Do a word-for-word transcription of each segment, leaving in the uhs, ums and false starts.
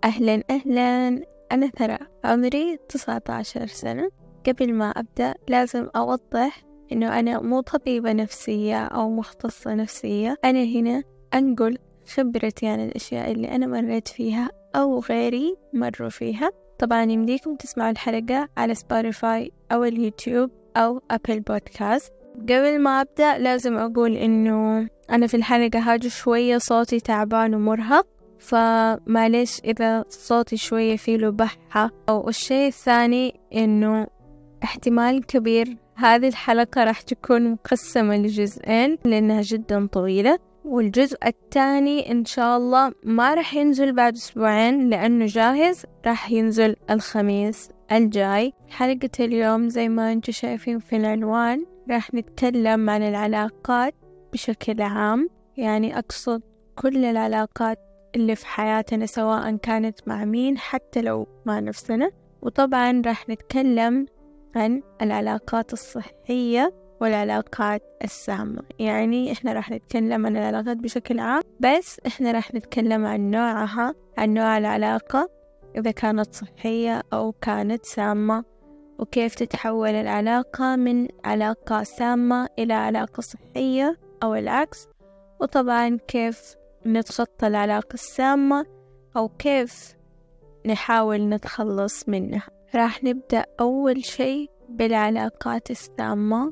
أهلا أهلا، أنا ثرى، عمري تسعة عشر سنة. قبل ما أبدأ لازم أوضح إنه أنا مو طبيبة نفسية أو مختصة نفسية. أنا هنا أنقل خبرتي عن الأشياء اللي أنا مريت فيها أو غيري مروا فيها. طبعا يمديكم تسمعوا الحلقة على سبوتيفاي أو اليوتيوب أو أبل بودكاست. قبل ما أبدأ لازم أقول إنه أنا في الحلقة هاجو شوية صوتي تعبان ومرهق، فمعليش إذا صوتي شوية فيه له بحة. أو الشيء الثاني إنه احتمال كبير هذه الحلقة راح تكون مقسمة لجزئين لأنها جدا طويلة، والجزء الثاني إن شاء الله ما راح ينزل بعد أسبوعين لأنه جاهز، راح ينزل الخميس الجاي. حلقة اليوم زي ما انتم شايفين في العنوان راح نتكلم عن العلاقات بشكل عام، يعني أقصد كل العلاقات اللي في حياتنا سواء كانت مع مين حتى لو مع نفسنا. وطبعا راح نتكلم عن العلاقات الصحية والعلاقات السامة، يعني إحنا راح نتكلم عن العلاقات بشكل عام، بس إحنا راح نتكلم عن نوعها، عن نوع العلاقة إذا كانت صحية أو كانت سامة، وكيف تتحول العلاقة من علاقة سامة إلى علاقة صحية أو العكس، وطبعا كيف نتخطى العلاقة السامة أو كيف نحاول نتخلص منها. راح نبدأ أول شيء بالعلاقات السامة.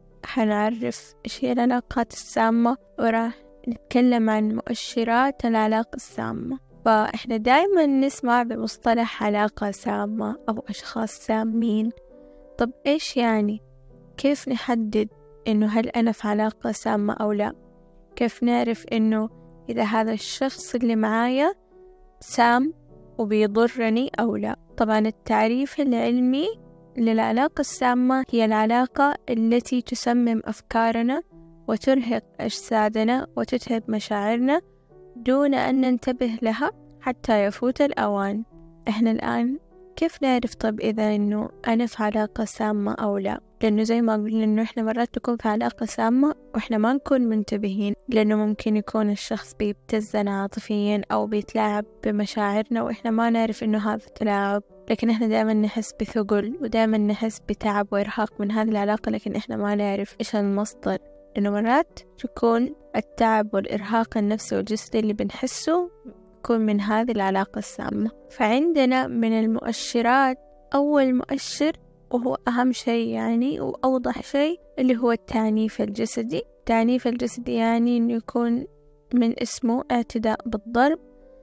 حنعرف إيش هي العلاقات السامة وراح نتكلم عن مؤشرات العلاقة السامة. فإحنا دايما نسمع بمصطلح علاقة سامة أو أشخاص سامين. طب إيش يعني؟ كيف نحدد إنه هل أنا في علاقة سامة أو لا؟ كيف نعرف إنه إذا هذا الشخص اللي معايا سام وبيضرني أو لا؟ طبعا التعريف العلمي للعلاقة السامة هي العلاقة التي تسمم أفكارنا وترهق أجسادنا وتتعب مشاعرنا دون أن ننتبه لها حتى يفوت الأوان. إحنا الآن كيف نعرف طب إذا إنه أنا في علاقة سامة أو لا؟ لأنه زي ما قلنا إنه إحنا مرات نكون في علاقة سامة وإحنا ما نكون منتبهين، لأنه ممكن يكون الشخص بيبتزنا عاطفيا أو بيتلاعب بمشاعرنا وإحنا ما نعرف إنه هذا تلاعب، لكن إحنا دائما نحس بثقل ودائما نحس بتعب وإرهاق من هذه العلاقة، لكن إحنا ما نعرف إيش المصدر. لأنه مرات تكون التعب والإرهاق النفسي والجسدي اللي بنحسه يكون من هذه العلاقة السامة. فعندنا من المؤشرات أول مؤشر وهو أهم شيء يعني وأوضح شيء اللي هو التعنيف الجسدي. التعنيف الجسدي يعني إنه يكون من اسمه اعتداء بالضرب،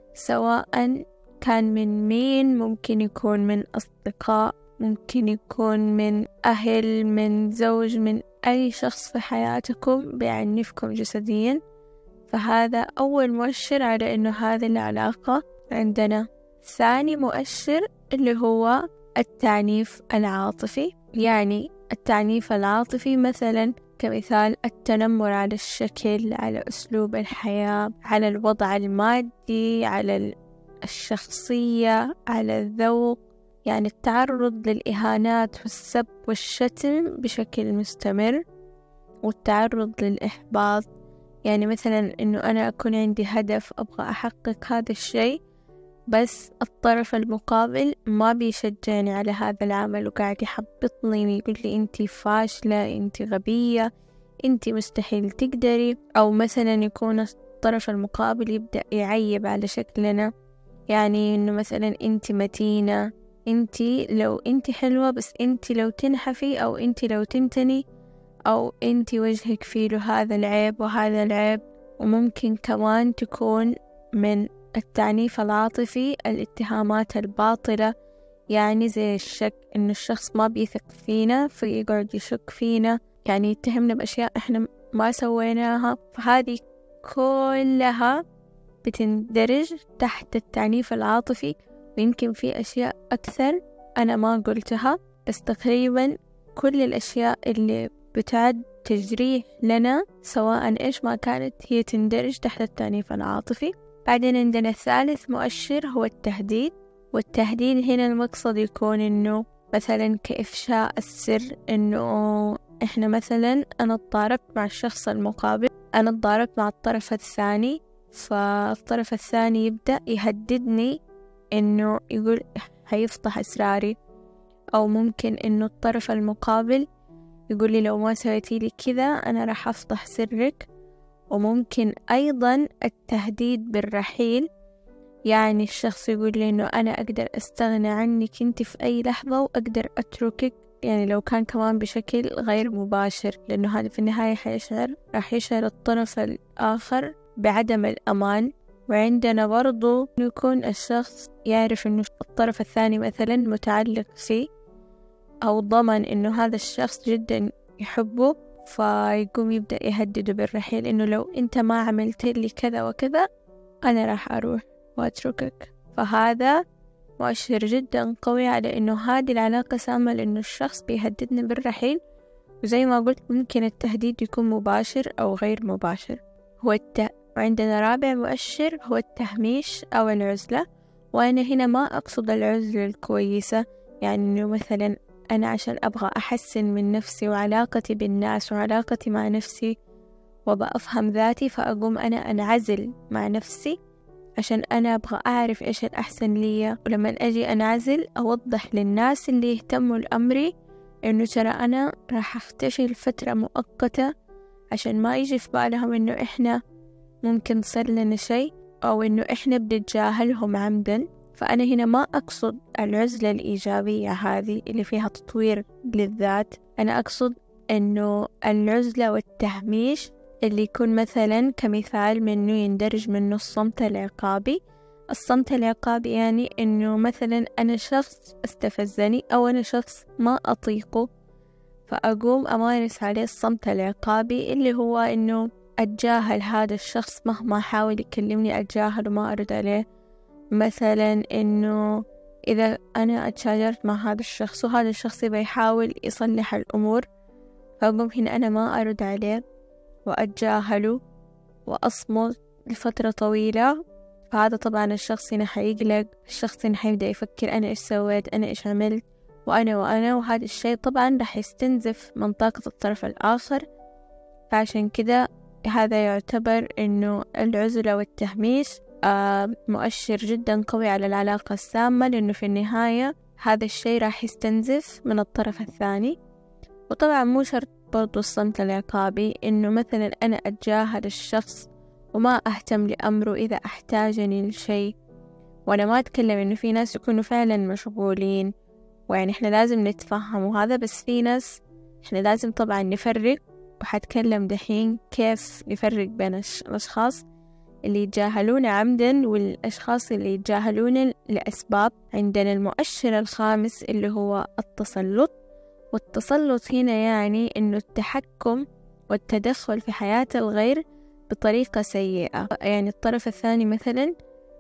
سواء كان من مين، ممكن يكون من أصدقاء، ممكن يكون من أهل، من زوج، من أي شخص في حياتكم بيعنفكم جسديا. فهذا أول مؤشر على إنه هذه العلاقة عندنا. ثاني مؤشر اللي هو التعنيف العاطفي، يعني التعنيف العاطفي مثلا كمثال التنمر على الشكل، على أسلوب الحياة، على الوضع المادي، على الشخصية، على الذوق، يعني التعرض للإهانات والسب والشتم بشكل مستمر، والتعرض للإحباط. يعني مثلا إنه أنا أكون عندي هدف أبغى أحقق هذا الشيء، بس الطرف المقابل ما بيشجعني على هذا العمل وقاعد يحبطني ويقول لي أنتي فاشلة، أنتي غبية، أنتي مستحيل تقدري. أو مثلا يكون الطرف المقابل يبدأ يعيب على شكلنا، يعني إنه مثلا أنتي متينة، أنتي لو أنتي حلوة بس أنتي لو تنحفي، أو أنتي لو تنتني، أو أنتي وجهك فيه له هذا العيب وهذا العيب. وممكن كمان تكون من التعنيف العاطفي الاتهامات الباطلة، يعني زي الشك، إنه الشخص ما بيثق فينا فيقعد يشك فينا، يعني يتهمنا بأشياء إحنا ما سويناها. فهذه كلها بتندرج تحت التعنيف العاطفي، ويمكن في أشياء أكثر أنا ما قلتها، بس تقريبا كل الأشياء اللي بتعد تجريح لنا سواء إيش ما كانت هي تندرج تحت التعنيف العاطفي. بعدين عندنا ثالث مؤشر هو التهديد. والتهديد هنا المقصد يكون إنه مثلا كإفشاء السر، إنه إحنا مثلا أنا اتضاربت مع الشخص المقابل، أنا اتضاربت مع الطرف الثاني، فالطرف الثاني يبدأ يهددني إنه يقول هيفضح أسراري، أو ممكن إنه الطرف المقابل يقول لي لو ما سويتي لي كذا أنا راح أفضح سرك. وممكن أيضا التهديد بالرحيل، يعني الشخص يقول لي إنه أنا أقدر أستغنى عنك أنت في أي لحظة وأقدر أتركك، يعني لو كان كمان بشكل غير مباشر، لأنه هذا في النهاية حيشعر راح يشعر الطرف الآخر بعدم الأمان. وعندنا برضو يكون الشخص يعرف إنه الطرف الثاني مثلا متعلق فيه أو ضمن إنه هذا الشخص جدا يحبه، فيقوم يبدأ يهدده بالرحيل، إنه لو أنت ما عملت لي كذا وكذا أنا راح أروح وأتركك. فهذا مؤشر جدا قوي على إنه هذه العلاقة سامة، لأنه الشخص بيهددنا بالرحيل. وزي ما قلت ممكن التهديد يكون مباشر أو غير مباشر. هو الت... وعندنا رابع مؤشر هو التهميش أو العزلة. وأنا هنا ما أقصد العزلة الكويسة، يعني إنه مثلا أنا عشان أبغى أحسن من نفسي وعلاقتي بالناس وعلاقتي مع نفسي وأبغى أفهم ذاتي، فأقوم أنا أنعزل مع نفسي عشان أنا أبغى أعرف إيش الأحسن لي. ولما أجي أنعزل أوضح للناس اللي يهتموا لأمري إنه ترى أنا راح أختفي لفترة مؤقتة، عشان ما يجي في بالهم إنه إحنا ممكن صار لنا شيء أو إنه إحنا بنتجاهلهم عمدا. فأنا هنا ما أقصد العزلة الإيجابية هذه اللي فيها تطوير للذات، أنا أقصد إنه العزلة والتهميش اللي يكون مثلا كمثال منه يندرج منه الصمت العقابي. الصمت العقابي يعني إنه مثلا أنا شخص استفزني أو أنا شخص ما أطيقه، فأقوم أمارس عليه الصمت العقابي اللي هو إنه أتجاهل هذا الشخص مهما حاول يكلمني، أتجاهل وما أرد عليه. مثلا إنه إذا أنا أتشاجرت مع هذا الشخص وهذا الشخص يبغى يحاول يصلح الأمور، فأقوم هنا أنا ما أرد عليه وأتجاهله وأصمت لفترة طويلة. فهذا طبعا الشخص هنا حيقلق، الشخص هنا حيبدأ يفكر أنا إيش سويت، أنا إيش عملت، وأنا وأنا وهذا الشيء طبعا رح يستنزف من طاقة الطرف الآخر. فعشان كده هذا يعتبر إنه العزلة والتهميش آه مؤشر جدا قوي على العلاقة السامة، لأنه في النهاية هذا الشيء راح يستنزف من الطرف الثاني. وطبعا مو شرط برضو الصمت العقابي، إنه مثلا أنا أتجاهل الشخص وما أهتم لأمره إذا أحتاجني لشيء، وأنا ما أتكلم إنه في ناس يكونوا فعلا مشغولين ويعني إحنا لازم نتفهم وهذا، بس في ناس إحنا لازم طبعا نفرق. وحتكلم دحين كيف نفرق بين الأشخاص اللي يتجاهلون عمدا والأشخاص اللي يتجاهلون لأسباب. عندنا المؤشر الخامس اللي هو التسلط. والتسلط هنا يعني إنه التحكم والتدخل في حياة الغير بطريقة سيئة، يعني الطرف الثاني مثلا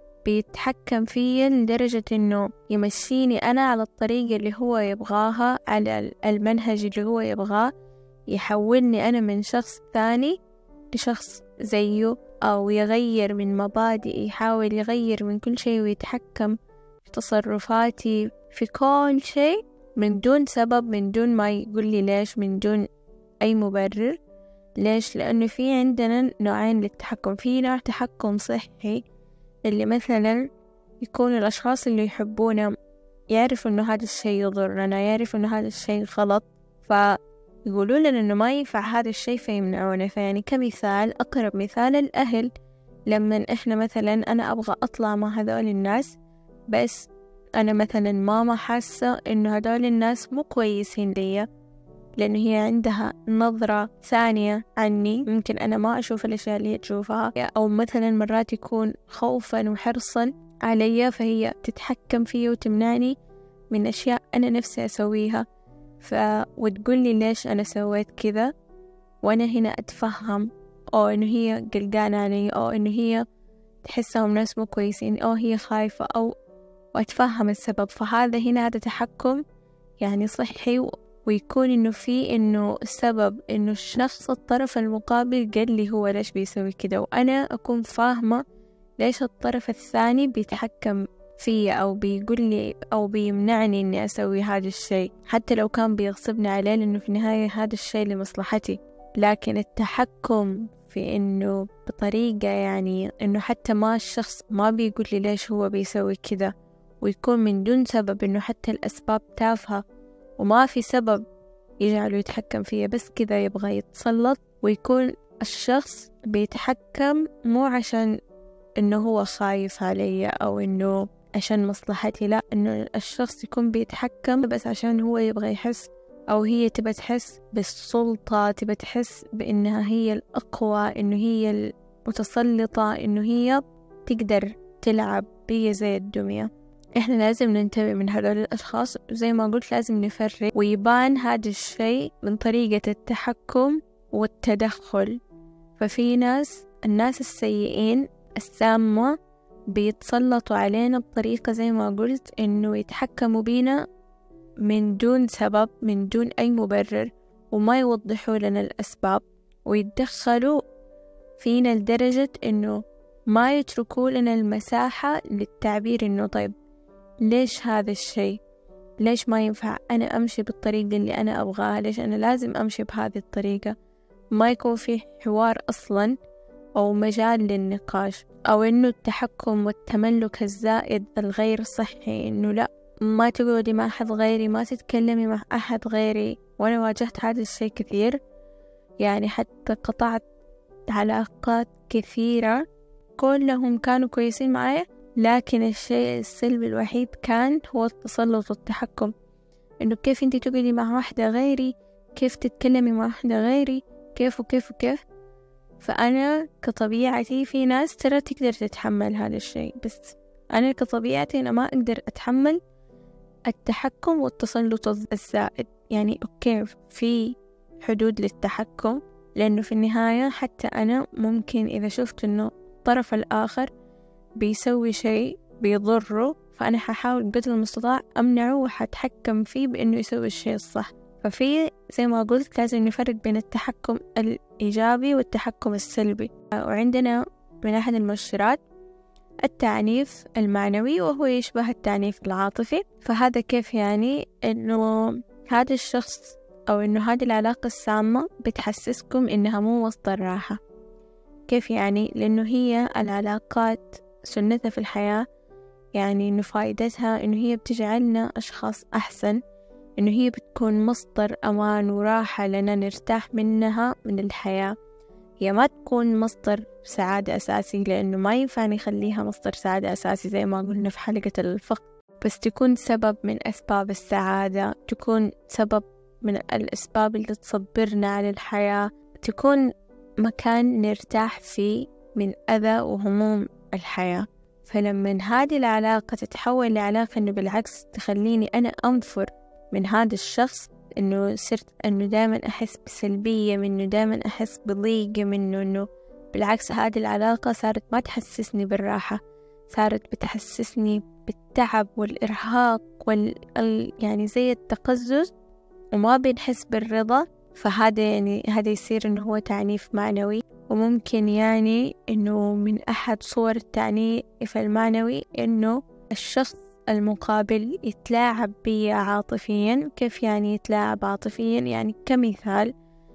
بيتحكم فيا لدرجة إنه يمشيني أنا على الطريقة اللي هو يبغاها، على المنهج اللي هو يبغاه، يحولني أنا من شخص ثاني لشخص زيه، أو يغير من مبادئي، يحاول يغير من كل شيء ويتحكم في تصرفاتي في كل شيء من دون سبب، من دون ما يقول لي ليش، من دون أي مبرر. ليش؟ لأنه في عندنا نوعين للتحكم. في نوع تحكم صحي اللي مثلا يكون الأشخاص اللي يحبونا يعرفوا إنه هذا الشيء يضرنا، يعرفوا إنه هذا الشيء غلط، فيقولوا لنا إنه ما ينفع هذا الشيء فيمنعونه. فيعني كمثال، أقرب مثال الأهل، لما إحنا مثلا أنا أبغى أطلع مع هذول الناس، بس أنا مثلا ماما حاسة إنه هذول الناس مو كويسين ليا، لأنه هي عندها نظرة ثانية عني، ممكن أنا ما أشوف الأشياء اللي هي تشوفها، أو مثلا مرات يكون خوفا وحرصا علي، فهي تتحكم فيه وتمنعني من أشياء أنا نفسي أسويها. ف... وتقول لي ليش أنا سويت كذا، وأنا هنا أتفهم أو إنه هي قلقانة علي، أو إنه هي تحسهم ناس مو كويسين، أو هي خايفة، أو وأتفهم السبب. فهذا هنا هذا تحكم يعني صحي، و... ويكون إنه في إنه السبب إنه الشخص الطرف المقابل قال لي هو ليش بيسوي كده، وأنا أكون فاهمة ليش الطرف الثاني بيتحكم فيا أو بيقول لي أو بيمنعني إني أسوي هذا الشيء، حتى لو كان بيغصبني عليه، لأنه في النهاية هذا الشيء لمصلحتي. لكن التحكم في إنه بطريقة يعني إنه حتى ما الشخص ما بيقول لي ليش هو بيسوي كده، ويكون من دون سبب، إنه حتى الأسباب تافهة وما في سبب يجعله يتحكم فيها، بس كذا يبغى يتسلط. ويكون الشخص بيتحكم مو عشان إنه هو خايف علي أو إنه عشان مصلحتي، لا، إنه الشخص يكون بيتحكم بس عشان هو يبغى يحس، أو هي تبى تحس بالسلطة، تبى تحس بإنها هي الأقوى، إنه هي المتسلطة، إنه هي تقدر تلعب بي زي الدمية. إحنا لازم ننتبه من هذول الأشخاص، زي ما قلت لازم نفرق، ويبان هذا الشيء من طريقة التحكم والتدخل. ففي ناس، الناس السيئين السامة بيتسلطوا علينا بطريقة زي ما قلت إنه يتحكموا بينا من دون سبب، من دون أي مبرر، وما يوضحوا لنا الأسباب، ويتدخلوا فينا لدرجة إنه ما يتركوا لنا المساحة للتعبير إنه طيب ليش هذا الشيء، ليش ما ينفع أنا أمشي بالطريقة اللي أنا أبغاها، ليش أنا لازم أمشي بهذه الطريقة. ما يكون فيه حوار أصلا أو مجال للنقاش، أو إنه التحكم والتملك الزائد الغير صحي، إنه لا، ما تقعدي مع أحد غيري، ما تتكلمي مع أحد غيري. وأنا واجهت هذا الشيء كثير، يعني حتى قطعت علاقات كثيرة كلهم كانوا كويسين معي، لكن الشيء السلبي الوحيد كان هو التسلط والتحكم، إنه كيف أنتي تقعدي مع واحدة غيري، كيف تتكلمي مع واحدة غيري، كيف وكيف وكيف. فأنا كطبيعتي، في ناس ترى تقدر تتحمل هذا الشيء، بس أنا كطبيعتي أنا ما أقدر أتحمل التحكم والتسلط الزائد. يعني أوكي، في حدود للتحكم، لأنه في النهاية حتى أنا ممكن إذا شفت إنه الطرف الآخر بيسوي شيء بيضره، فأنا ححاول بقدر المستطاع أمنعه وحتحكم فيه بإنه يسوي الشيء الصح. ففي زي ما قلت لازم نفرق بين التحكم الإيجابي والتحكم السلبي. وعندنا من أحد المؤشرات التعنيف المعنوي، وهو يشبه التعنيف العاطفي. فهذا كيف يعني؟ إنه هذا الشخص أو إنه هذه العلاقة السامة بتحسسكم إنها مو مصدر راحة. كيف يعني؟ لأنه هي العلاقات سنتها في الحياة، يعني إنه فائدتها إنه هي بتجعلنا أشخاص أحسن، إنه هي بتكون مصدر أمان وراحة لنا نرتاح منها من الحياة. هي ما تكون مصدر سعادة أساسي، لأنه ما ينفع نخليها مصدر سعادة أساسي زي ما قلنا في حلقة الفقر، بس تكون سبب من أسباب السعادة، تكون سبب من الأسباب اللي تصبرنا على الحياة، تكون مكان نرتاح فيه من أذى وهموم الحياة. فلما هذه العلاقة تتحول لعلاقة إنه بالعكس تخليني أنا أنفر من هذا الشخص، إنه صرت إنه دائما أحس بسلبية منه، دائما أحس بضيق منه، إنه بالعكس هذه العلاقة صارت ما تحسسني بالراحة، صارت بتحسسني بالتعب والإرهاق وال يعني زي التقزز، وما بنحس بالرضا. فهذا يعني هذا يصير إنه هو تعنيف معنوي. وممكن يعني إنه من أحد صور التعنيف المعنوي إنه الشخص المقابل يتلاعب بي عاطفيا. كيف يعني يتلاعب عاطفيا؟ يعني كمثال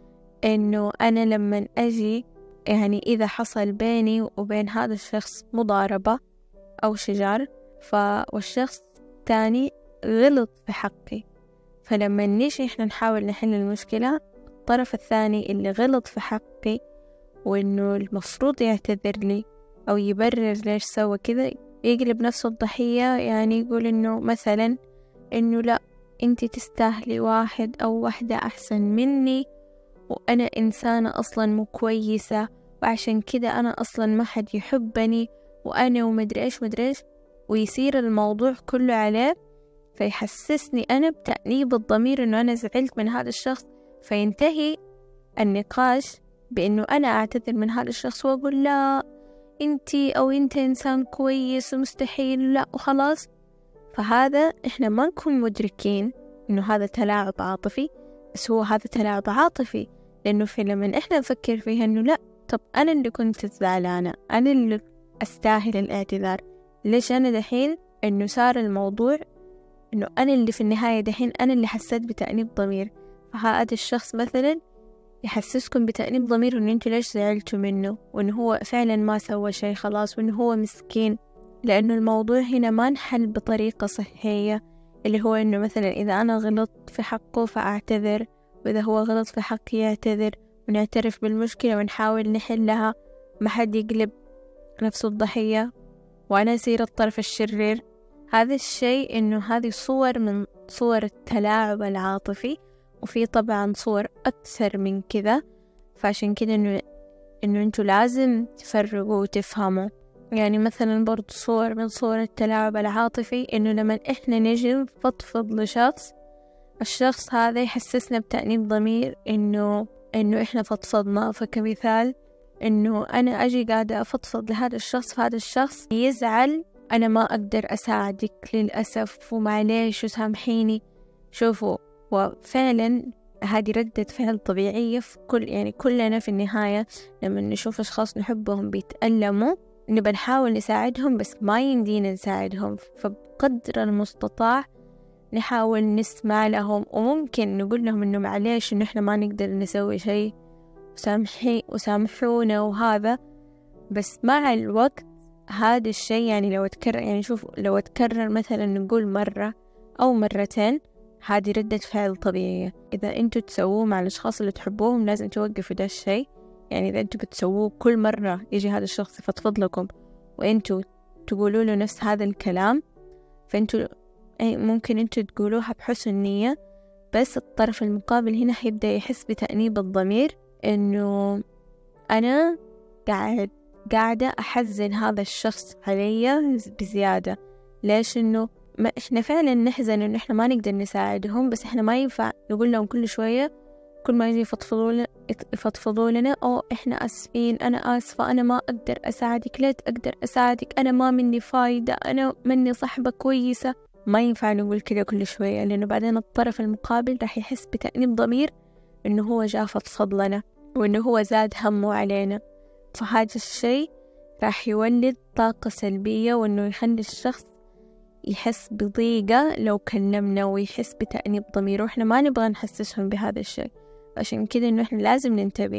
إنه أنا لما أجي، يعني إذا حصل بيني وبين هذا الشخص مضاربة أو شجار، فالشخص الثاني غلط في حقي، فلما نيجي إحنا نحاول نحل المشكلة، الطرف الثاني اللي غلط في حقي وإنه المفروض يعتذر لي أو يبرر ليش سوى كذا، يقلب نفسه الضحية. يعني يقول إنه مثلا إنه لا، أنتي تستاهلي واحد أو واحدة أحسن مني، وأنا إنسانة أصلا مو كويسة، وعشان كذا أنا أصلا ما حد يحبني، وأنا ومدري إيش مدري إيش، ويصير الموضوع كله عليه، فيحسسني أنا بتأنيب الضمير إنه أنا زعلت من هذا الشخص. فينتهي النقاش بإنه أنا أعتذر من هذا الشخص وأقول لا أنتي أو أنت إنسان كويس ومستحيل لا، وخلاص. فهذا إحنا ما نكون مدركين إنه هذا تلاعب عاطفي، بس هو هذا تلاعب عاطفي، لأنه في لما إحنا نفكر فيها إنه لا، طب أنا اللي كنت زعلانة، أنا اللي أستاهل الاعتذار، ليش أنا دحين إنه صار الموضوع إنه أنا اللي في النهاية دحين أنا اللي حسيت بتأنيب ضمير. فهذا الشخص مثلا يحسسكم بتأنيب ضمير إنه أنتوا ليش زعلتوا منه، وإنه هو فعلا ما سوى شيء خلاص، وإنه هو مسكين. لأنه الموضوع هنا ما نحل بطريقة صحية، اللي هو إنه مثلا إذا أنا غلطت في حقه فأعتذر، وإذا هو غلط في حقي يعتذر، ونعترف بالمشكلة ونحاول نحلها، ما حد يقلب نفسه الضحية وأنا أصير الطرف الشرير. هذا الشيء إنه هذه صور من صور التلاعب العاطفي، وفي طبعا صور أكثر من كذا. فعشان كذا إنه إنه أنتوا لازم تفرقوا وتفهموا. يعني مثلا برضو صور من صور التلاعب العاطفي إنه لما إحنا نجي نفضفض لشخص، الشخص هذا يحسسنا بتأنيب ضمير إنه إنه إحنا فضفضنا. فكمثال إنه أنا أجي قاعدة أفضفض لهذا الشخص، فهذا الشخص يزعل، أنا ما أقدر أساعدك للأسف ومعليش وسامحيني. شوفوا، وفعلا هذه ردة فعل طبيعية في كل يعني كلنا في النهاية لما نشوف أشخاص نحبهم بيتألموا نبى نحاول نساعدهم، بس ما يمدينا نساعدهم. فبقدر المستطاع نحاول نسمع لهم، وممكن نقول لهم إنه معليش إنه إحنا ما نقدر نسوي شيء، وسامحي وسامحونا وهذا. بس مع الوقت هذا الشيء يعني لو تكرر، يعني شوف لو تكرر مثلا نقول مرة أو مرتين، هذه ردة فعل طبيعية. إذا أنتوا تسووه مع الأشخاص اللي تحبوهم لازم توقفوا ده الشيء. يعني إذا أنتوا بتسووه كل مرة يجي هذا الشخص يفضفض لكم وأنتوا تقولوا له نفس هذا الكلام، فأنتوا ممكن أنتوا تقولوها بحسن نية، بس الطرف المقابل هنا حيبدأ يحس بتأنيب الضمير إنه أنا قاعد قاعدة أحزن هذا الشخص علي بزيادة. ليش؟ إنه ما إحنا فعلا نحزن إنه إحنا ما نقدر نساعدهم، بس إحنا ما ينفع نقول لهم كل شوية كل ما يجي يفضفضوا لنا يفضفضوا لنا أو إحنا آسفين، أنا آسفة، أنا ما أقدر أساعدك، لا أقدر أساعدك، أنا ما مني فايدة، أنا مني صحبة كويسة. ما ينفع نقول كده كل شوية، لأنه بعدين الطرف المقابل راح يحس بتأنيب ضمير إنه هو جاء فضفض لنا وإنه هو زاد همه علينا. فهذا الشيء راح يولد طاقة سلبية، وإنه يخلي الشخص يحس بضيقة لو كلمنا، ويحس بتأنيب ضمير، وإحنا ما نبغى نحسسهم بهذا الشيء. عشان كده إنه إحنا لازم ننتبه.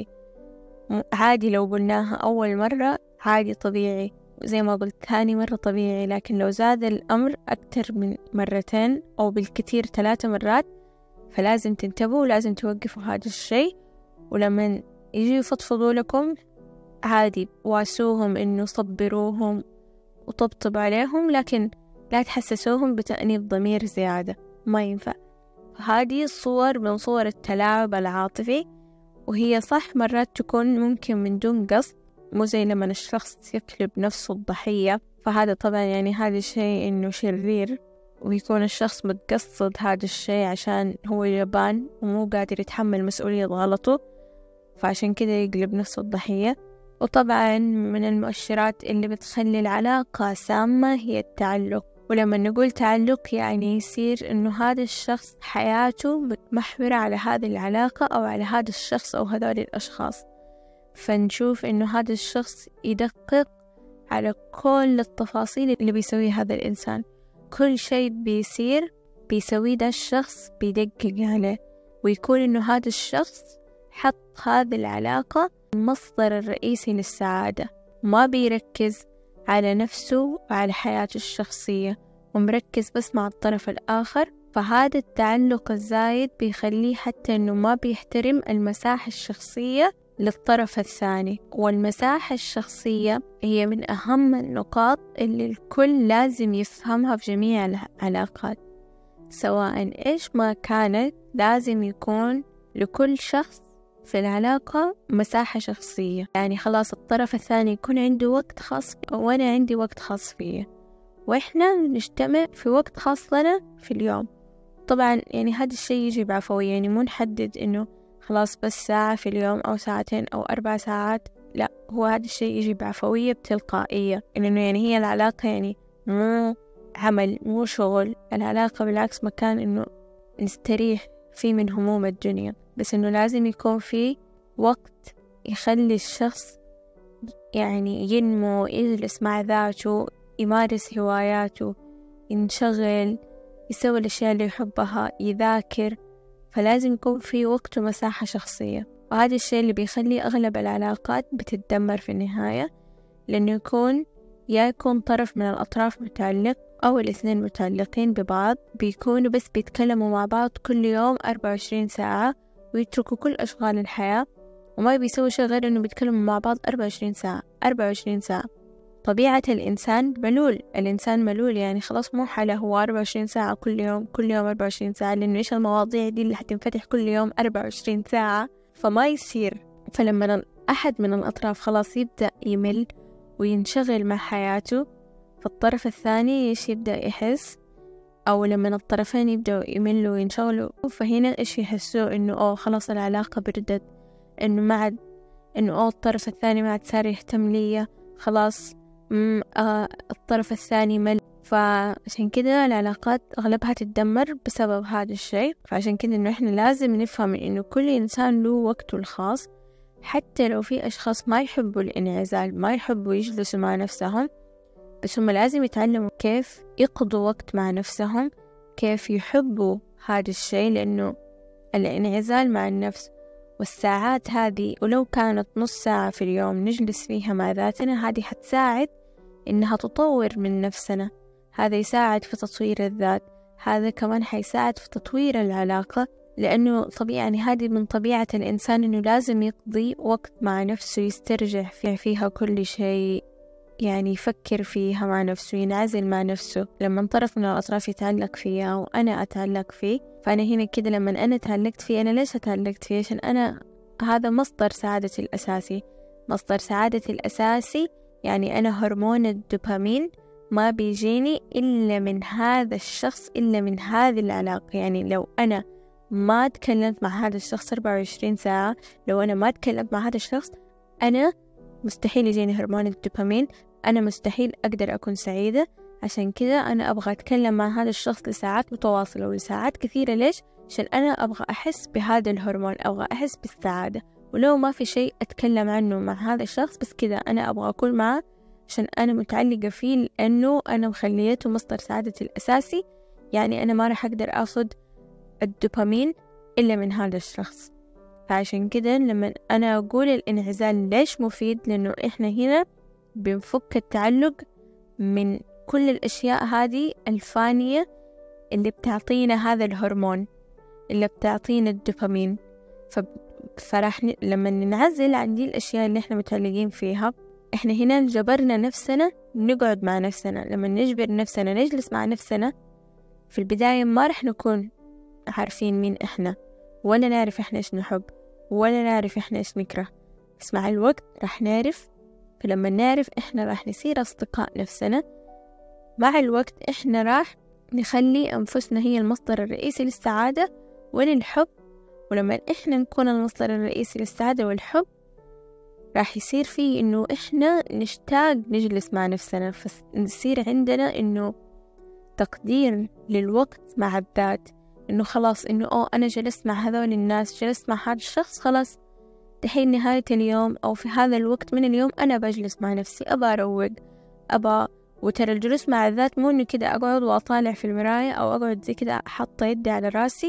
عادي لو قلناها أول مرة عادي طبيعي، زي ما قلت ثاني مرة طبيعي، لكن لو زاد الأمر أكتر من مرتين أو بالكثير ثلاثة مرات فلازم تنتبهوا ولازم توقفوا هذا الشيء. ولما يجي يفضفضوا لكم عادي واسوهم إنه صبروهم وطبطب عليهم، لكن لا تحسسوهم بتأنيب ضمير زيادة، ما ينفع. هذه صور من صور التلاعب العاطفي، وهي صح مرات تكون ممكن من دون قصد، مو زي لما الشخص يقلب نفسه الضحية، فهذا طبعا يعني هذا الشيء إنه شرير، ويكون الشخص متقصد هذا الشيء عشان هو جبان ومو قادر يتحمل مسؤولية غلطه، فعشان كده يقلب نفسه الضحية. وطبعا من المؤشرات اللي بتخلي العلاقة سامة هي التعلق. ولما نقول تعلق يعني يصير إنه هذا الشخص حياته متمحورة على هذه العلاقة أو على هذا الشخص أو هذول الأشخاص. فنشوف إنه هذا الشخص يدقق على كل التفاصيل اللي بيسويها هذا الإنسان، كل شيء بيصير بيسويه ده الشخص بيدقق عليه، ويكون إنه هذا الشخص حط هذه العلاقة المصدر الرئيسي للسعادة، ما بيركز على نفسه وعلى حياته الشخصية ومركز بس مع الطرف الآخر. فهذا التعلق الزايد بيخليه حتى إنه ما بيحترم المساحة الشخصية للطرف الثاني. والمساحة الشخصية هي من أهم النقاط اللي الكل لازم يفهمها في جميع العلاقات، سواء إيش ما كانت. لازم يكون لكل شخص في العلاقة مساحة شخصية، يعني خلاص الطرف الثاني يكون عنده وقت خاص وأنا عندي وقت خاص فيه، وإحنا نجتمع في وقت خاص لنا في اليوم. طبعا يعني هذا الشيء يجي بعفوية، يعني مو نحدد إنه خلاص بس ساعة في اليوم أو ساعتين أو أربع ساعات، لا، هو هذا الشيء يجي بعفوية بتلقائية، إنه يعني هي العلاقة يعني مو عمل مو شغل، العلاقة بالعكس مكان إنه نستريح فيه من هموم الدنيا، بس إنه لازم يكون فيه وقت يخلي الشخص يعني ينمو، يجلس مع ذاته، يمارس هواياته، ينشغل، يسوي الأشياء اللي يحبها، يذاكر. فلازم يكون في وقت ومساحة شخصية، وهذا الشيء اللي بيخلي أغلب العلاقات بتتدمر في النهاية، لأنه يكون يا يكون طرف من الأطراف متعلق أو الاثنين متعلقين ببعض، بيكونوا بس بيتكلموا مع بعض كل يوم أربعة وعشرين ساعة، ويتركوا كل أشغال الحياة وما بيسووا شيء غير إنه بيتكلموا مع بعض أربعة وعشرين ساعة أربعة وعشرين ساعة. طبيعة الإنسان ملول، الإنسان ملول، يعني خلاص مو حاله هو أربعة وعشرين ساعة كل يوم كل يوم أربعة وعشرين ساعة، لأنه إيش المواضيع دي اللي حتنفتح كل يوم أربعة وعشرين ساعة، فما يصير. فلما أحد من الأطراف خلاص يبدأ يمل وينشغل مع حياته، فالطرف الثاني إيش يبدأ يحس، أو لما الطرفين يبدأوا يملوا وينشغلوا، فهنا إيش يحسوا إنه أوه خلاص العلاقة بردت، إنه ما عاد، إنه أوه الطرف الثاني ما عاد صار يهتم لي، خلاص مم آه الطرف الثاني مل. فعشان كده العلاقات أغلبها تتدمر بسبب هذا الشيء. فعشان كده إنه إحنا لازم نفهم إنه كل إنسان له وقته الخاص، حتى لو في أشخاص ما يحبوا الانعزال، ما يحبوا يجلسوا مع نفسهم، بس هم لازم يتعلموا كيف يقضوا وقت مع نفسهم، كيف يحبوا هذا الشيء، لأنه الانعزال مع النفس والساعات هذه، ولو كانت نص ساعة في اليوم نجلس فيها مع ذاتنا، هذه حتساعد إنها تطور من نفسنا، هذا يساعد في تطوير الذات، هذا كمان حيساعد في تطوير العلاقة، لأنه طبيعي يعني هذه من طبيعة الإنسان إنه لازم يقضي وقت مع نفسه، يسترجع فيها كل شيء، يعني يفكر فيها مع نفسه، ينعزل مع نفسه. لما طرف من الأطراف يتعلق فيها وأنا أتعلق فيه، فأنا هنا كده لما أنا تعلقت فيه، أنا ليش أتعلقت فيه؟ عشان أنا هذا مصدر سعادتي الأساسي، مصدر سعادتي الأساسي، يعني أنا هرمون الدوبامين ما بيجيني إلا من هذا الشخص، إلا من هذه العلاقة. يعني لو أنا ما تكلمت مع هذا الشخص أربعة وعشرين ساعة، لو أنا ما تكلمت مع هذا الشخص، أنا مستحيل يجيني هرمون الدوبامين، أنا مستحيل أقدر أكون سعيدة. عشان كده أنا أبغى أتكلم مع هذا الشخص لساعات متواصلة ولساعات كثيرة. ليش؟ عشان أنا أبغى أحس بهذا الهرمون، أبغى أحس بالسعادة. ولو ما في شيء أتكلم عنه مع هذا الشخص، بس كده أنا أبغى أكون معه عشان أنا متعلقة فيه، لأنه أنا مخليته مصدر سعادتي الأساسي. يعني أنا ما رح أقدر أخذ الدوبامين إلا من هذا الشخص. فعشان كده لما أنا أقول الانعزال ليش مفيد، لأنه إحنا هنا بنفك التعلق من كل الأشياء هذه الفانية اللي بتعطينا هذا الهرمون، اللي بتعطينا الدوبامين. فراح ن... لما ننعزل عن دي الأشياء اللي إحنا متعلقين فيها، إحنا هنا جبرنا نفسنا نقعد مع نفسنا. لما نجبر نفسنا نجلس مع نفسنا، في البداية ما رح نكون عارفين مين إحنا، ولا نعرف إحنا إيش نحب، ولا نعرف إحنا إيش نكره، بس مع الوقت رح نعرف. فلما نعرف إحنا راح نصير أصدقاء نفسنا. مع الوقت إحنا راح نخلي أنفسنا هي المصدر الرئيسي للسعادة وللحب. ولما إحنا نكون المصدر الرئيسي للسعادة والحب، راح يصير فيه إنه إحنا نشتاق نجلس مع نفسنا، فنصير عندنا إنه تقدير للوقت مع الذات، إنه خلاص إنه أوه أنا جلست مع هذول الناس، جلست مع هذا الشخص، خلاص دحين نهاية اليوم أو في هذا الوقت من اليوم أنا بجلس مع نفسي، أبى أروق، أبى. وترى الجلوس مع الذات مو إنه كده أقعد وأطالع في المراية أو أقعد زي كده حاطة يدي على راسي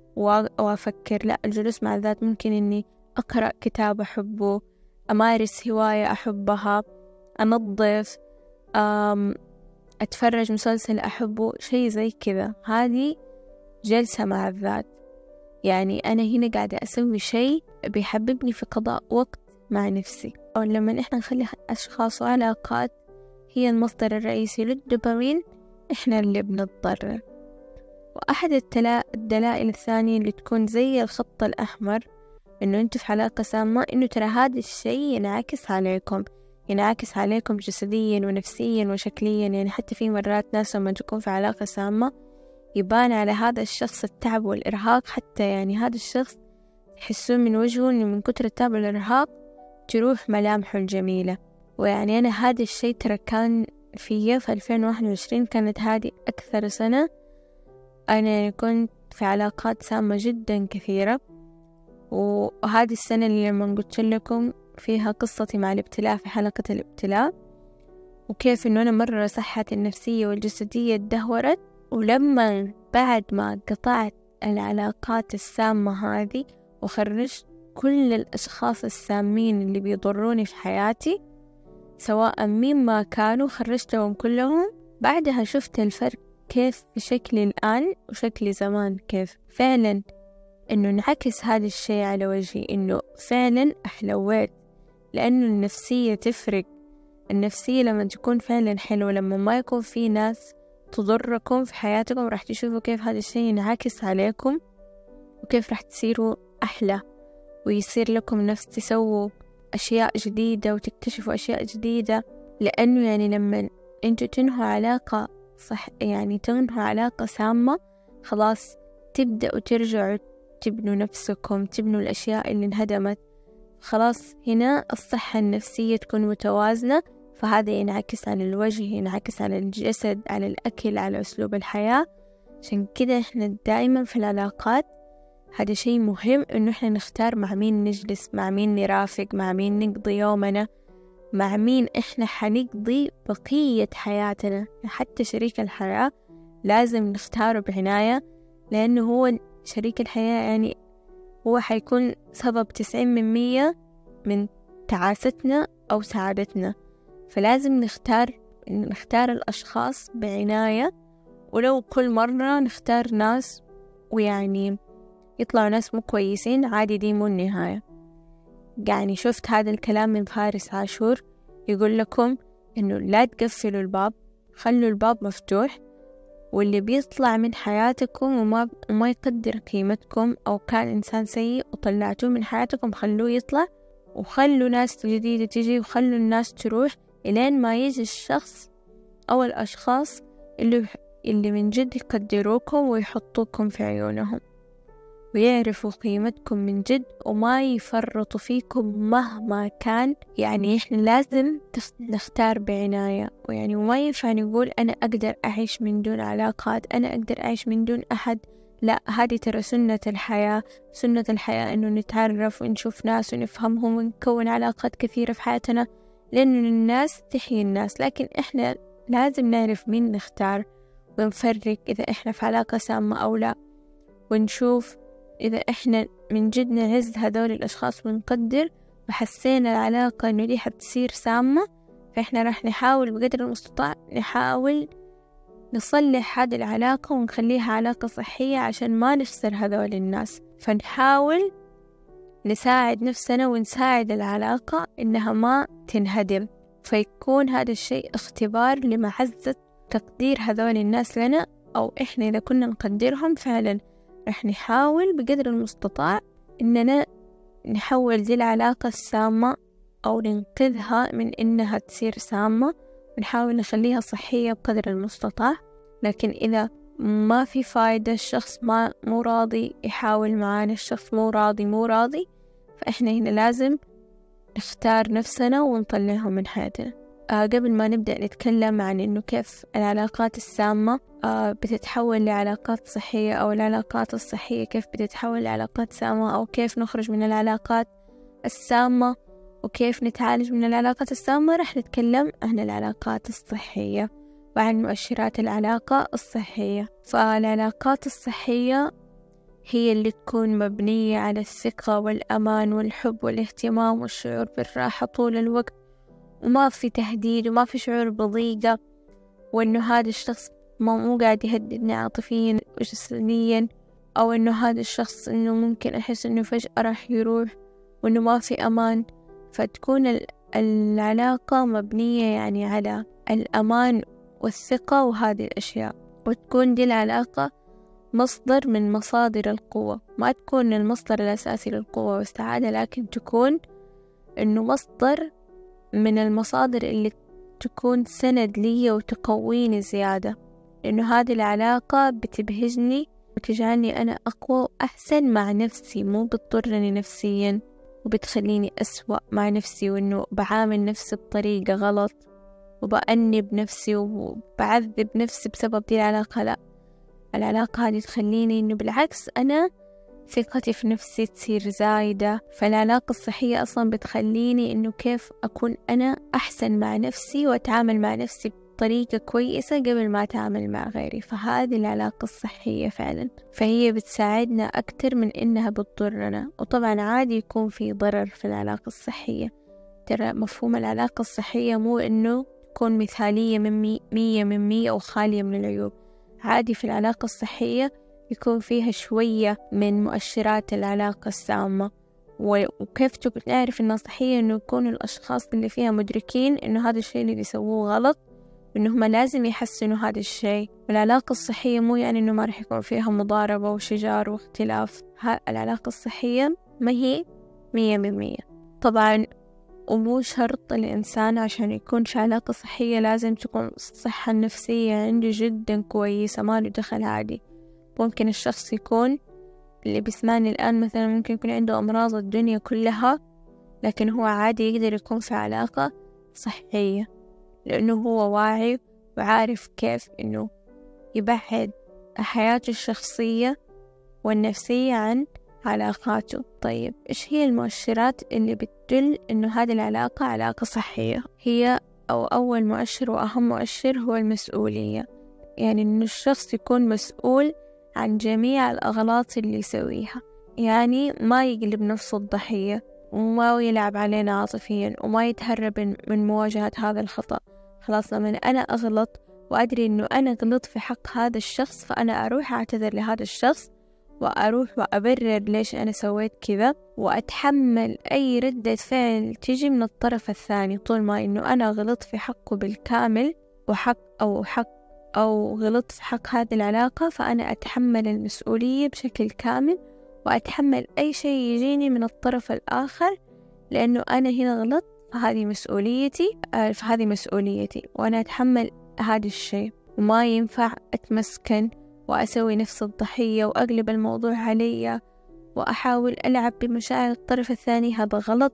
وأفكر، لا، الجلوس مع الذات ممكن إني أقرأ كتاب أحبه، أمارس هواية أحبها، أنظف، أتفرج مسلسل أحبه، شيء زي كذا. هذه جلسة مع الذات، يعني أنا هنا قاعدة أسوي شيء بيحببني في قضاء وقت مع نفسي. أو لما إحنا نخلي أشخاص وعلاقات هي المصدر الرئيسي للدوبامين، إحنا اللي بنتضرر. وأحد الدلائل الثانية اللي تكون زي الخط الأحمر إنه أنتوا في علاقة سامة، إنه ترى هذا الشيء ينعكس عليكم، ينعكس عليكم جسديا ونفسيا وشكليا. يعني حتى في مرات ناس لما تكون في علاقة سامة يبان على هذا الشخص التعب والإرهاق، حتى يعني هذا الشخص يحسون من وجهه إنه من كتر التعب والإرهاق تروح ملامحه الجميلة. ويعني أنا هذا الشيء ترى كان فيا في ألفين وواحد وعشرين، كانت هذه أكثر سنة أنا كنت في علاقات سامة جدا كثيرة. وهذه السنة اللي لما قلت لكم فيها قصتي مع الابتلاء في حلقة الابتلاء، وكيف إنه أنا مرة صحتي النفسية والجسدية تدهورت. ولما بعد ما قطعت العلاقات السامة هذه وخرجت كل الأشخاص السامين اللي بيضروني في حياتي، سواء مين ما كانوا خرجتهم كلهم، بعدها شفت الفرق كيف في شكلي الآن وشكلي زمان، كيف فعلا إنه انعكس هذا الشيء على وجهي، إنه فعلا أحلويت. لأنه النفسية تفرق. النفسية لما تكون فعلا حلوة، لما ما يكون في ناس تضركم في حياتكم، راح تشوفوا كيف هذا الشيء ينعكس عليكم، وكيف راح تصيروا أحلى، ويصير لكم نفس تسووا أشياء جديدة وتكتشفوا أشياء جديدة. لأنه يعني لما أنتوا تنهوا علاقة صح، يعني تنهوا علاقة سامة، خلاص تبدأوا ترجعوا تبنوا نفسكم، تبنوا الأشياء اللي انهدمت. خلاص هنا الصحة النفسية تكون متوازنة، فهذا ينعكس على الوجه، ينعكس على الجسد، على الأكل، على أسلوب الحياة. عشان كده إحنا دائما في العلاقات هذا شيء مهم، إنه إحنا نختار مع مين نجلس، مع مين نرافق، مع مين نقضي يومنا، مع مين إحنا حنقضي بقية حياتنا. حتى شريك الحياة لازم نختاره بعناية، لأنه هو شريك الحياة يعني هو حيكون سبب تسعين من مية من تعاستنا أو سعادتنا. فلازم نختار نختار الأشخاص بعناية، ولو كل مرة نختار ناس ويعني يطلعوا ناس مو كويسين، عادي، دي مو النهاية. يعني شفت هذا الكلام من فارس عاشور يقول لكم إنه لا تقفلوا الباب، خلوا الباب مفتوح، واللي بيطلع من حياتكم وما وما يقدر قيمتكم أو كان إنسان سيء وطلعتوه من حياتكم، خلوه يطلع، وخلوا ناس جديدة تيجي، وخلوا الناس تروح إلين ما يجي الشخص أو الأشخاص اللي اللي من جد يقدروكم ويحطوكم في عيونهم ويعرفوا قيمتكم من جد وما يفرطوا فيكم مهما كان. يعني إحنا لازم نختار بعناية، ويعني وما ينفع نقول أنا أقدر أعيش من دون علاقات، أنا أقدر أعيش من دون أحد. لا، هذه ترى سنة الحياة. سنة الحياة إنه نتعرف ونشوف ناس ونفهمهم ونكون علاقات كثيرة في حياتنا، لأنه الناس تحيي الناس. لكن إحنا لازم نعرف مين نختار، ونفرق إذا إحنا في علاقة سامة أو لا، ونشوف إذا إحنا من جد نعز هذول الأشخاص ونقدر، وحسينا العلاقة إنه دي حتصير سامة، فإحنا راح نحاول بقدر المستطاع نحاول نصلح هذه العلاقة ونخليها علاقة صحية عشان ما نخسر هذول الناس. فنحاول نساعد نفسنا ونساعد العلاقة إنها ما تنهدم، فيكون هذا الشيء اختبار لمعزة تقدير هذول الناس لنا، أو إحنا إذا كنا نقدرهم فعلا رح نحاول بقدر المستطاع إننا نحول دي العلاقة السامة أو ننقذها من إنها تصير سامة، ونحاول نخليها صحية بقدر المستطاع. لكن إذا ما في فايدة، الشخص ما مو راضي يحاول معانا، الشخص مو راضي مو راضي فإحنا هنا لازم نختار نفسنا ونطلعهم من حياتنا. آه قبل ما نبدأ نتكلم عن إنه كيف العلاقات السامة آه بتتحول لعلاقات صحية، أو العلاقات الصحية كيف بتتحول لعلاقات سامة، أو كيف نخرج من العلاقات السامة وكيف نتعالج من العلاقات السامة، رح نتكلم عن العلاقات الصحية وعن مؤشرات العلاقة الصحية. فالعلاقات الصحية هي اللي تكون مبنية على الثقة والأمان والحب والاهتمام والشعور بالراحة طول الوقت، وما في تهديد وما في شعور بضيقة، وإنه هذا الشخص مو قاعد يهددني عاطفيا وجسديا، أو إنه هذا الشخص إنه ممكن أحس إنه فجأة راح يروح وإنه ما في أمان. فتكون العلاقة مبنية يعني على الأمان والثقة وهذه الأشياء، وتكون دي العلاقة مصدر من مصادر القوة، ما تكون المصدر الأساسي للقوة والسعادة، لكن تكون إنه مصدر من المصادر اللي تكون سند لي وتقويني زيادة، لأنه هذه العلاقة بتبهجني وتجعلني أنا أقوى وأحسن مع نفسي، مو بتضرني نفسيا وبتخليني أسوأ مع نفسي، وإنه بعامل نفسي بطريقة غلط وبأنب نفسي وبعذب نفسي بسبب دي العلاقة. لا، العلاقة هذه تخليني إنه بالعكس أنا ثقتي في نفسي تصير زايدة. فالعلاقة الصحية أصلا بتخليني إنه كيف أكون أنا أحسن مع نفسي وأتعامل مع نفسي بطريقة كويسة قبل ما أتعامل مع غيري. فهذه العلاقة الصحية فعلا، فهي بتساعدنا أكتر من إنها بتضرنا. وطبعا عادي يكون في ضرر في العلاقة الصحية، ترى مفهوم العلاقة الصحية مو إنه تكون مثالية من مي مية من مية أو خالية من العيوب. عادي في العلاقة الصحية يكون فيها شوية من مؤشرات العلاقة السامة. وكيف نعرف إنها صحية؟ إنه يكون الأشخاص اللي فيها مدركين إنه هذا الشيء اللي بيسووه غلط، إنهم لازم يحسنوا هذا الشيء. والعلاقة الصحية مو يعني إنه ما رح يكون فيها مضاربة وشجار واختلاف. العلاقة الصحية ما هي مية من مية طبعا، ومو شرط الإنسان عشان يكون في علاقة صحية لازم تكون الصحة النفسية عنده جدا كويسة، ما له دخل. عادي ممكن الشخص يكون اللي بيسمعني الآن مثلا ممكن يكون عنده أمراض الدنيا كلها، لكن هو عادي يقدر يكون في علاقة صحية، لأنه هو واعي وعارف كيف إنه يبعد حياته الشخصية والنفسية عن علاقاته. طيب إيش هي المؤشرات اللي بتدل إنه هذه العلاقة علاقة صحية؟ هي أو أول مؤشر وأهم مؤشر هو المسؤولية، يعني إنه الشخص يكون مسؤول عن جميع الأغلاط اللي يسويها، يعني ما يقلب نفسه الضحية وما يلعب علينا عاطفيا وما يتهرب من مواجهة هذا الخطأ. خلاص لما أنا أغلط وأدري إنه أنا غلط في حق هذا الشخص، فأنا أروح أعتذر لهذا الشخص وأروح وأبرر ليش أنا سويت كذا، وأتحمل أي ردة فعل تيجي من الطرف الثاني، طول ما إنه أنا غلط في حقه بالكامل وحق أو حق أو غلط في حق هذه العلاقة، فأنا أتحمل المسؤولية بشكل كامل وأتحمل أي شيء يجيني من الطرف الآخر، لأنه أنا هنا غلط فهذه مسؤوليتي فهذه مسؤوليتي وأنا أتحمل هذا الشيء. وما ينفع أتمسكن وأسوي نفس الضحية وأقلب الموضوع علي وأحاول ألعب بمشاعر الطرف الثاني. هذا غلط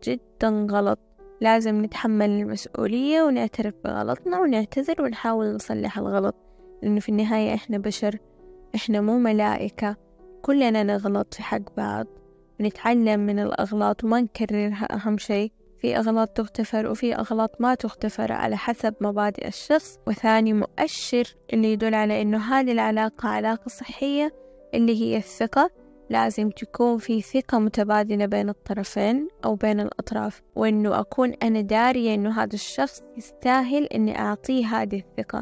جدا غلط. لازم نتحمل المسؤولية ونعترف بغلطنا ونعتذر ونحاول نصلح الغلط، لأنه في النهاية إحنا بشر، إحنا مو ملائكة، كلنا نغلط في حق بعض ونتعلم من الأغلاط وما نكررها. أهم شيء في أغلاط تغتفر وفي أغلاط ما تغتفر على حسب مبادئ الشخص. وثاني مؤشر اللي يدل على إنه هذه العلاقة علاقة صحية اللي هي الثقة. لازم تكون في ثقة متبادلة بين الطرفين أو بين الأطراف، وإنه أكون أنا دارية إنه هذا الشخص يستاهل إني أعطيه هذه الثقة،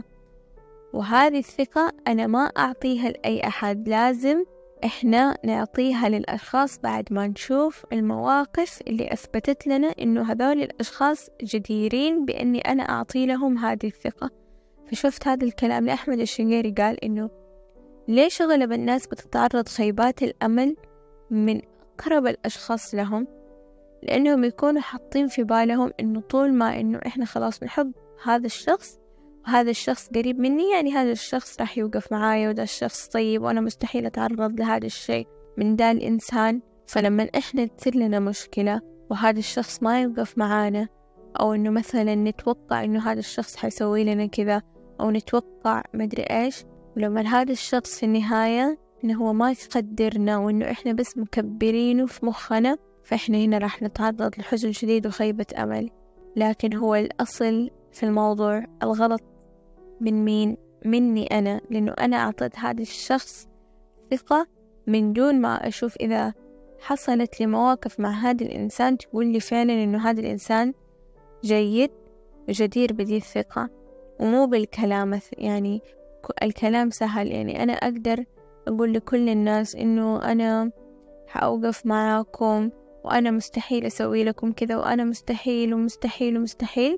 وهذه الثقة أنا ما أعطيها لأي أحد، لازم إحنا نعطيها للأشخاص بعد ما نشوف المواقف اللي أثبتت لنا إنه هذول الأشخاص جديرين بإني أنا أعطي لهم هذه الثقة. فشفت هذا الكلام لأحمد الشنقيري قال إنه ليش أغلب الناس بتتعرض خيبات الأمل من أقرب الأشخاص لهم؟ لأنهم يكونوا حاطين في بالهم إنه طول ما إنه إحنا خلاص نحب هذا الشخص وهذا الشخص قريب مني، يعني هذا الشخص راح يوقف معايا وده الشخص طيب وأنا مستحيل أتعرض لهذا الشيء من ده الإنسان. فلما إحنا تصير لنا مشكلة وهذا الشخص ما يوقف معانا، أو إنه مثلا نتوقع إنه هذا الشخص حيسوي لنا كذا، أو نتوقع مدري إيش، ولما هذا الشخص في النهاية إنه هو ما يقدرنا وإنه إحنا بس مكبرينه في مخنا، فإحنا هنا راح نتعرض لحزن شديد وخيبة أمل. لكن هو الأصل في الموضوع الغلط من مين؟ مني أنا، لأنه أنا أعطيت هذا الشخص ثقة من دون ما أشوف إذا حصلت لي مواقف مع هذا الإنسان تقول لي فعلا إنه هذا الإنسان جيد وجدير بدي الثقة، ومو بالكلام. يعني الكلام سهل، يعني أنا أقدر أقول لكل الناس إنه أنا حأوقف معاكم وأنا مستحيل أسوي لكم كذا وأنا مستحيل ومستحيل ومستحيل،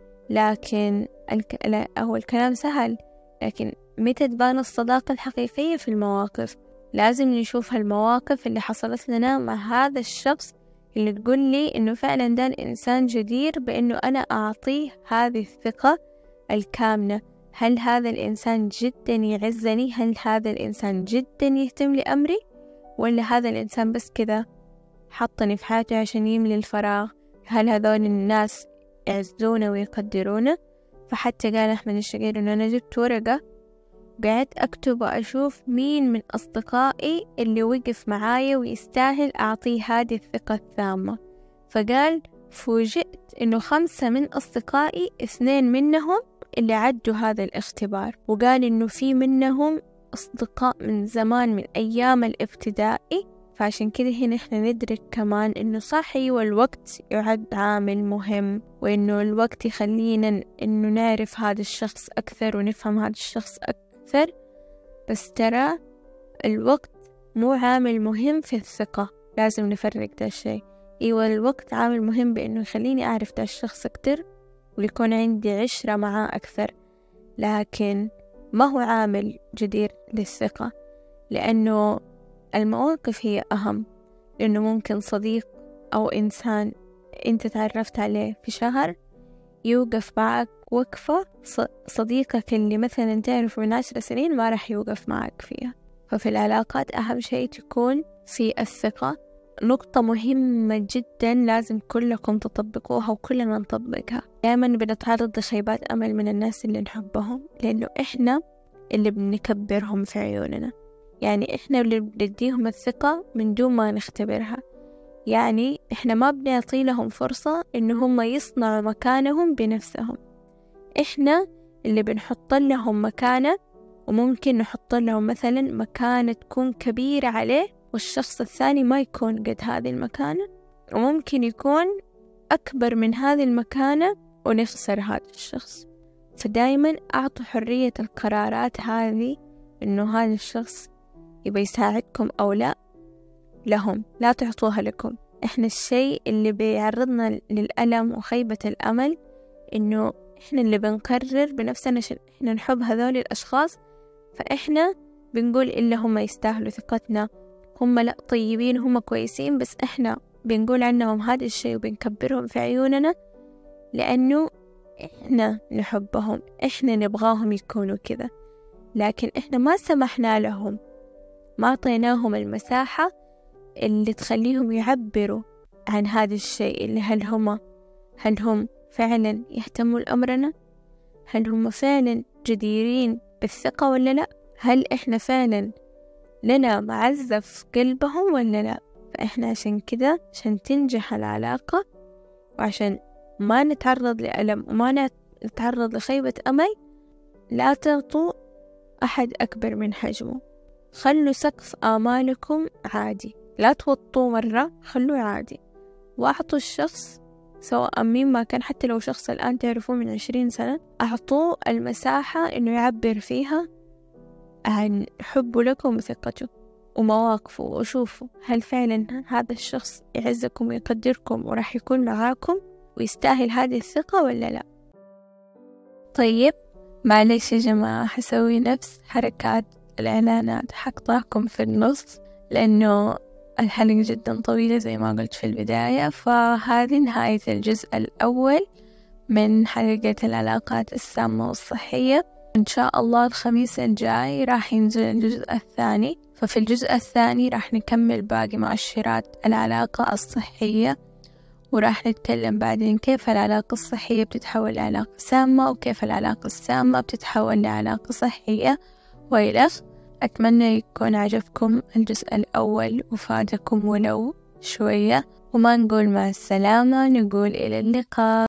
لكن الك... لا هو الكلام سهل، لكن متى تبان الصداقة الحقيقية؟ في المواقف. لازم نشوف هالمواقف اللي حصلت لنا مع هذا الشخص اللي تقول لي إنه فعلا ده الإنسان جدير بإنه أنا أعطيه هذه الثقة الكاملة. هل هذا الإنسان جدا يعزني؟ هل هذا الإنسان جدا يهتم لأمري؟ ولا هذا الإنسان بس كذا حطني في حياته عشان يملي الفراغ؟ هل هذول الناس يعزونه ويقدرونه؟ فحتى قال أحمد الشنقيري إنه أنا جبت ورقة قعدت أكتب وأشوف مين من أصدقائي اللي وقف معايا ويستاهل أعطيه هذه الثقة الثامة. فقال فوجئت إنه خمسة من أصدقائي اثنين منهم اللي عدوا هذا الاختبار، وقال إنه في منهم أصدقاء من زمان من أيام الابتدائي فعشان كده هنا إحنا ندرك كمان إنه صحي والوقت يعد عامل مهم، وإنه الوقت يخلينا إنه نعرف هذا الشخص أكثر ونفهم هذا الشخص أكثر. بس ترى الوقت مو عامل مهم في الثقة، لازم نفرق ده الشيء. إيوة الوقت عامل مهم بإنه يخليني أعرف ده الشخص أكتر ويكون عندي عشرة معاه أكثر، لكن ما هو عامل جدير للثقة، لأنه المواقف هي أهم. لأنه ممكن صديق أو إنسان أنت تعرفت عليه في شهر يوقف معك وقفة صديقك اللي مثلا تعرفه من عشر سنين ما راح يوقف معك فيها. ففي العلاقات أهم شيء تكون في الثقة. نقطة مهمة جدا لازم كلكم تطبقوها وكلنا نطبقها. دائما بنتعرض لخيبات أمل من الناس اللي نحبهم، لأنه إحنا اللي بنكبرهم في عيوننا، يعني إحنا اللي بنديهم الثقة من دون ما نختبرها. يعني إحنا ما بنعطي لهم فرصة إنه هم يصنعوا مكانهم بنفسهم، إحنا اللي بنحط لهم مكانة، وممكن نحط لهم مثلا مكانة تكون كبيرة عليه والشخص الثاني ما يكون قد هذه المكانة، وممكن يكون أكبر من هذه المكانة ونخسر هذا الشخص. فدايما أعطوا حرية القرارات هذه، إنه هذا الشخص يبي يساعدكم أو لا لهم، لا تعطوها لكم. إحنا الشيء اللي بيعرضنا للألم وخيبة الأمل إنه إحنا اللي بنقرر بنفسنا عشان إحنا نحب هذول الأشخاص، فإحنا بنقول إلا هم يستاهلوا ثقتنا، هم لا طيبين هم كويسين، بس إحنا بنقول عنهم هذا الشيء وبنكبرهم في عيوننا لأنه إحنا نحبهم، إحنا نبغاهم يكونوا كذا. لكن إحنا ما سمحنا لهم، ما أعطيناهم المساحة اللي تخليهم يعبروا عن هذا الشيء، اللي هل هم هل هم فعلا يهتموا لأمرنا؟ هل هم فعلا جديرين بالثقة ولا لا؟ هل إحنا فعلا لنا معزة في قلبهم ولا لا؟ فإحنا عشان كده، عشان تنجح العلاقة وعشان ما نتعرض لألم وما نتعرض لخيبة أمل، لا تعطوا أحد أكبر من حجمه. خلوا سقف آمالكم عادي، لا توطوا مرة، خلوه عادي، وأعطوا الشخص سواء مين ما كان، حتى لو شخص الآن تعرفوه من عشرين سنة، أعطوه المساحة إنه يعبر فيها عن حبه لكم وثقته ومواقفه، وشوفوا هل فعلا هذا الشخص يعزكم ويقدركم وراح يكون معاكم ويستاهل هذه الثقة ولا لا. طيب معليش يا جماعة، حسوي نفس حركات الإعلانات، حقطعكم في النص لأنه الحلقة جدا طويلة زي ما قلت في البداية. فهذه نهاية الجزء الأول من حلقة العلاقات السامة والصحية. إن شاء الله الخميس الجاي راح ينزل الجزء الثاني، ففي الجزء الثاني راح نكمل باقي مؤشرات العلاقة الصحية، وراح نتكلم بعدين كيف العلاقة الصحية بتتحول لعلاقة سامة، وكيف العلاقة السامة بتتحول لعلاقة صحية وإلخ. أتمنى يكون عجبكم الجزء الأول وفادكم ولو شوية، وما نقول مع السلامة، نقول إلى اللقاء.